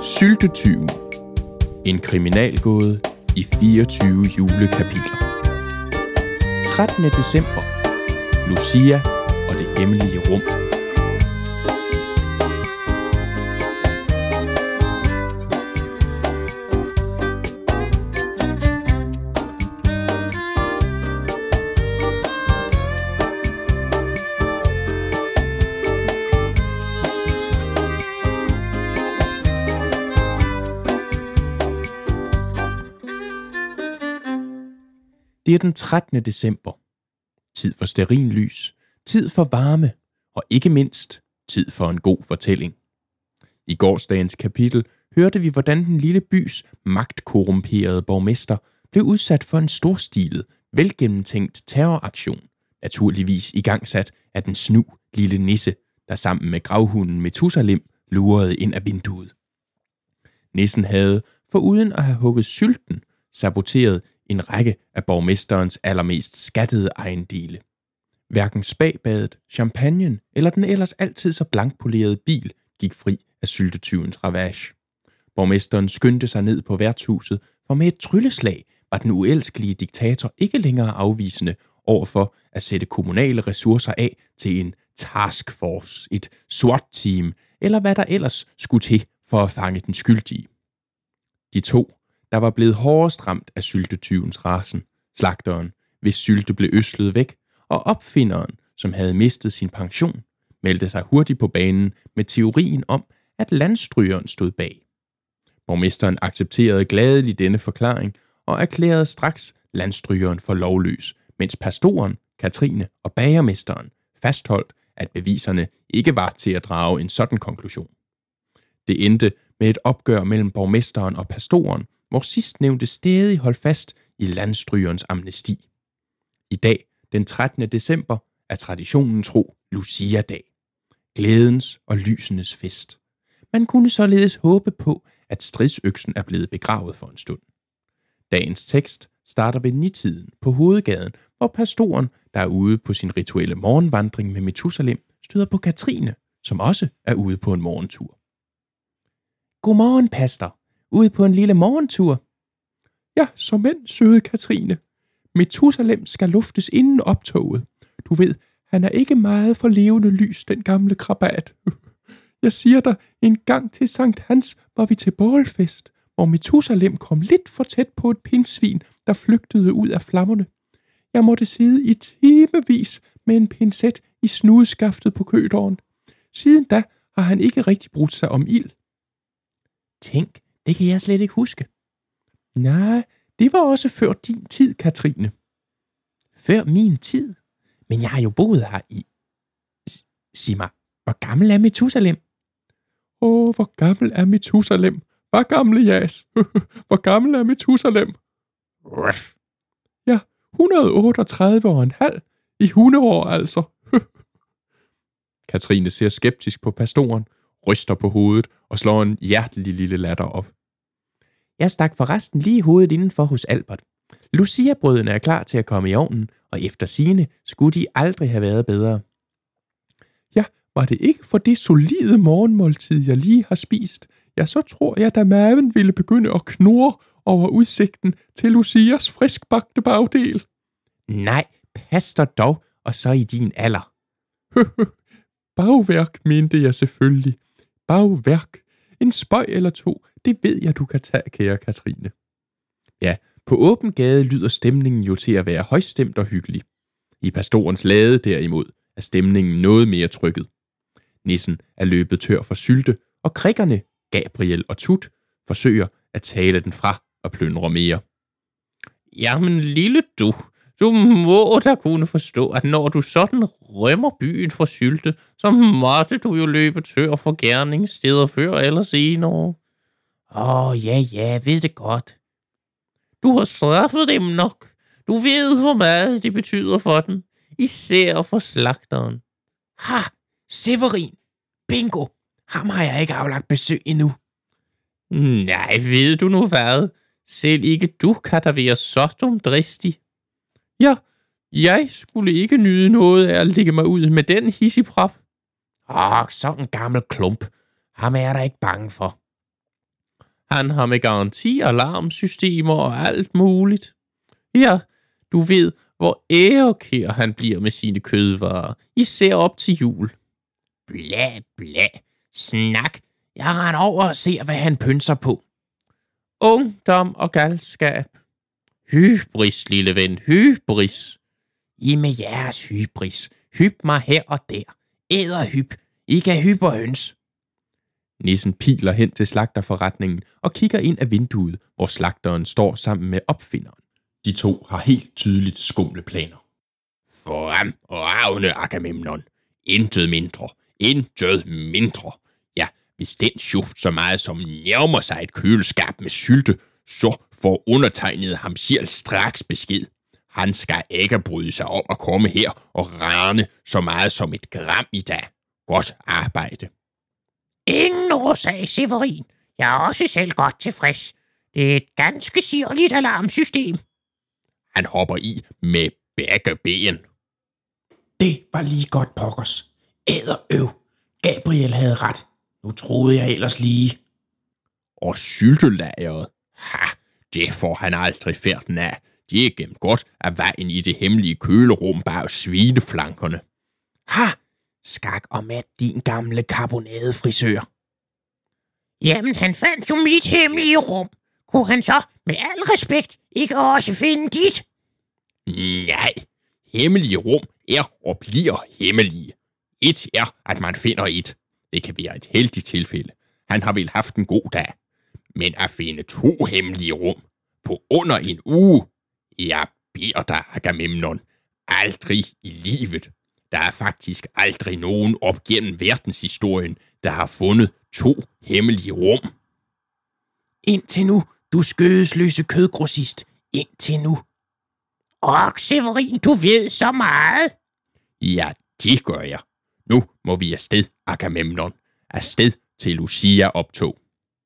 Syltetyven. En kriminalgåde i 24 julekapitler. 13. december. Lucia og det hemmelige rum. Det er den 13. december. Tid for stearinlys, tid for varme og ikke mindst tid for en god fortælling. I gårsdagens kapitel hørte vi, hvordan den lille bys magtkorrumperede borgmester blev udsat for en storstilet, velgennemtænkt terroraktion, naturligvis igangsat af den snu lille nisse, der sammen med gravhunden Methusalem lurede ind af vinduet. Nissen havde, foruden at have hugget sylten, saboteret en række af borgmesterens allermest skattede ejendele. Hverken spagbadet, champagnen eller den ellers altid så blankpolerede bil gik fri af syltetyvens ravage. Borgmesteren skyndte sig ned på værtshuset, for med et trylleslag var den uelskelige diktator ikke længere afvisende overfor at sætte kommunale ressourcer af til en taskforce, et SWAT-team eller hvad der ellers skulle til for at fange den skyldige. De to, der var blevet hårdest ramt af syltetyvens rasen, slagteren, hvis sylte blev øslet væk, og opfinderen, som havde mistet sin pension, meldte sig hurtigt på banen med teorien om, at landstrygeren stod bag. Borgmesteren accepterede gladeligt denne forklaring og erklærede straks landstrygeren for lovløs, mens pastoren, Katrine og bagermesteren fastholdt, at beviserne ikke var til at drage en sådan konklusion. Det endte med et opgør mellem borgmesteren og pastoren, hvor sidstnævnte stadig holdt fast i landstrygerens amnesti. I dag, den 13. december, er traditionen tro Lucia-dag. Glædens og lysenes fest. Man kunne således håbe på, at stridsøksen er blevet begravet for en stund. Dagens tekst starter ved nitiden på hovedgaden, hvor pastoren, der er ude på sin rituelle morgenvandring med Methusalem, støder på Katrine, som også er ude på en morgentur. Godmorgen, pastor. Ude på en lille morgentur. Ja, såmænd, søde Katrine. Methusalem skal luftes inden optoget. Du ved, han er ikke meget for levende lys, den gamle krabat. Jeg siger dig, en gang til Sankt Hans var vi til bålfest, hvor Methusalem kom lidt for tæt på et pindsvin, der flygtede ud af flammerne. Jeg måtte sidde i timevis med en pincet i snudeskaftet på kødåren. Siden da har han ikke rigtig brudt sig om ild. Tænk, det kan jeg slet ikke huske. Nej, det var også før din tid, Katrine. Før min tid? Men jeg har jo boet her i... Sig mig, hvor gammel er Methusalem? Hvor gammel er Methusalem? Hvor gamle jas? Hvor gammel er Methusalem? Ruff. Ja, 138,5 i hundeår altså. Katrine ser skeptisk på pastoren, ryster på hovedet og slår en hjertelig lille latter op. Jeg stak forresten lige hovedet indenfor hos Albert. Lucia-brødene er klar til at komme i ovnen, og efter sigende skulle de aldrig have været bedre. Ja, var det ikke for det solide morgenmåltid, jeg lige har spist, ja, så tror jeg, da maven ville begynde at knurre over udsigten til Lucias friskbagte bagdel. Nej, pas dig dog, og så i din alder. Bagværk, mente jeg selvfølgelig. Bagværk. En spøg eller to, det ved jeg, du kan tage, kære Katrine. Ja, på åben gade lyder stemningen jo til at være højstemt og hyggelig. I pastorens lade derimod er stemningen noget mere trykket. Nissen er løbet tør for sylte, og krikkerne, Gabriel og Tut, forsøger at tale den fra og plyndre mere. Jamen lille du må da kunne forstå, at når du sådan rømmer byen for sylte, så måtte du jo løbe tør for gerningssteder før eller senere. Ja, ved det godt. Du har straffet dem nok. Du ved, hvor meget det betyder for dem. Især for slagteren. Ha! Severin! Bingo! Ham har jeg ikke aflagt besøg endnu. Nej, ved du nu hvad? Selv ikke du kan da være så dumdristig. Ja, jeg skulle ikke nyde noget af at lægge mig ud med den hissigprop. Sådan en gammel klump. Ham er jeg da ikke bange for. Han har med garanti alarmsystemer og alt muligt. Ja, du ved, hvor ærekær han bliver med sine kødvarer, især op til jul. Bla, bla. Snak. Jeg render over og ser, hvad han pynser på. Ungdom og galskab. Hybris, lille ven, hybris. I med jeres hybris. Hyb mig her og der. Æder hyb. I kan hybe høns. Nissen piler hen til slagterforretningen og kigger ind af vinduet, hvor slagteren står sammen med opfinderen. De to har helt tydeligt skumle planer. Fremragende, Agamemnon. Intet mindre. Intet mindre. Ja, hvis den sjuft så meget som nærmer sig et køleskab med sylte, så får undertegnet ham selv straks besked. Han skal ikke bryde sig om at komme her og rane så meget som et gram i dag. Godt arbejde. Ingen årsag, Severin. Jeg er også selv godt tilfreds. Det er et ganske sirligt alarmsystem. Han hopper i med begge ben. Det var lige godt, pokkers. Æderøv. Gabriel havde ret. Nu troede jeg ellers lige. Og syltelageret. Ha, det får han aldrig færden af. Det er gemt godt af vejen i det hemmelige kølerum bag svineflankerne. Ha! Skak og mat, din gamle karbonadefrisør. Jamen, han fandt jo mit hemmelige rum. Kunne han så, med al respekt, ikke også finde dit? Nej, hemmelige rum er og bliver hemmelige. Et er, at man finder et. Det kan være et heldigt tilfælde. Han har vel haft en god dag. Men at finde 2 hemmelige rum på under en uge, jeg beder dig, Agamemnon, aldrig i livet. Der er faktisk aldrig nogen op gennem verdenshistorien, der har fundet 2 hemmelige rum. Indtil nu, du skødesløse kødgrossist. Indtil nu. Severin, du ved så meget. Ja, det gør jeg. Nu må vi afsted, Agamemnon. Afsted til Lucia-optog.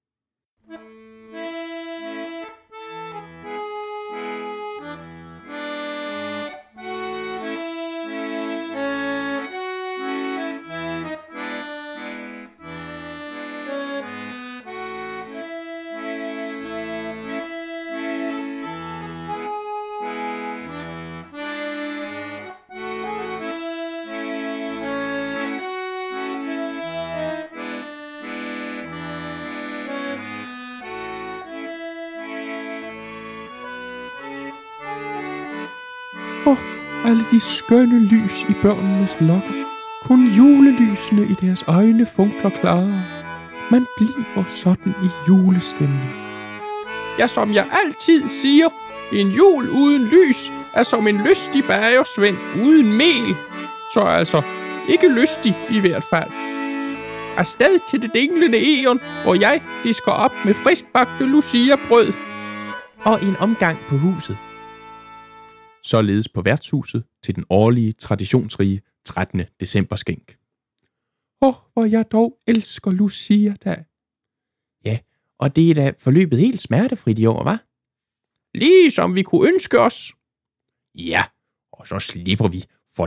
Alle de skønne lys i børnenes lokker. Kun julelysene i deres øjne funkler klare. Man bliver sådan i julestemning. Ja, som jeg altid siger, en jul uden lys er som en lystig bagersvend uden mel. Så altså, ikke lystig i hvert fald. Afsted til det dinglende eon, hvor jeg disker op med friskbagte Lucia-brød. Og en omgang på huset. Således på værtshuset til den årlige, traditionsrige 13. decemberskænk. Hvor jeg dog elsker Lucia da. Ja, og det er da forløbet helt smertefrit i år, hva'? Lige som vi kunne ønske os. Ja, og så slipper vi for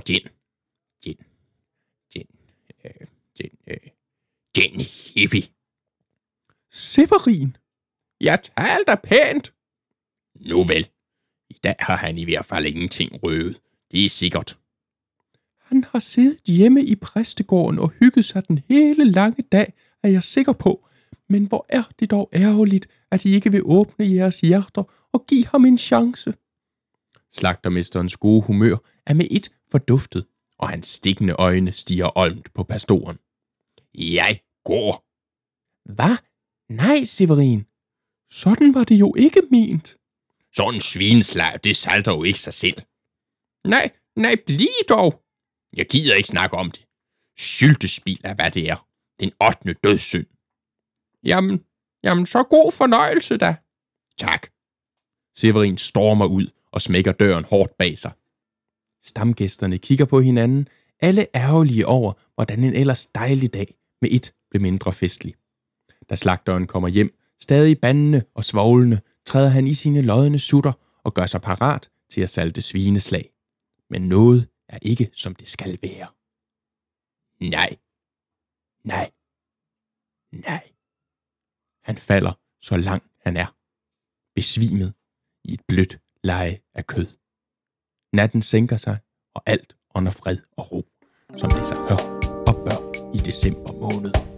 den hippie. Severin, jeg taler da pænt. Nu vel. I dag har han i hvert fald ingenting røvet. Det er sikkert. Han har siddet hjemme i præstegården og hygget sig den hele lange dag, er jeg sikker på. Men hvor er det dog ærgerligt, at I ikke vil åbne jeres hjerter og give ham en chance. Slagtermesterens gode humør er med et forduftet, og hans stikkende øjne stiger olmt på pastoren. Jeg går. Hvad? Nej, Severin. Sådan var det jo ikke ment. Sådan en svineslag, det salter jo ikke sig selv. Nej, bliv dog. Jeg gider ikke snakke om det. Syltespil er, hvad det er. Den 8. dødssynd. Jamen, så god fornøjelse da. Tak. Severin stormer ud og smækker døren hårdt bag sig. Stamgæsterne kigger på hinanden, alle ærgerlige over, hvordan en ellers dejlig dag med et blev mindre festlig. Da slagteren kommer hjem, stadig bandende og svoglende, træder han i sine lodne sutter og gør sig parat til at salte svineslag. Men noget er ikke, som det skal være. Nej. Han falder så lang han er, besvimet i et blødt leje af kød. Natten sænker sig, og alt ånder fred og ro, som det sig hør og bør i december måned.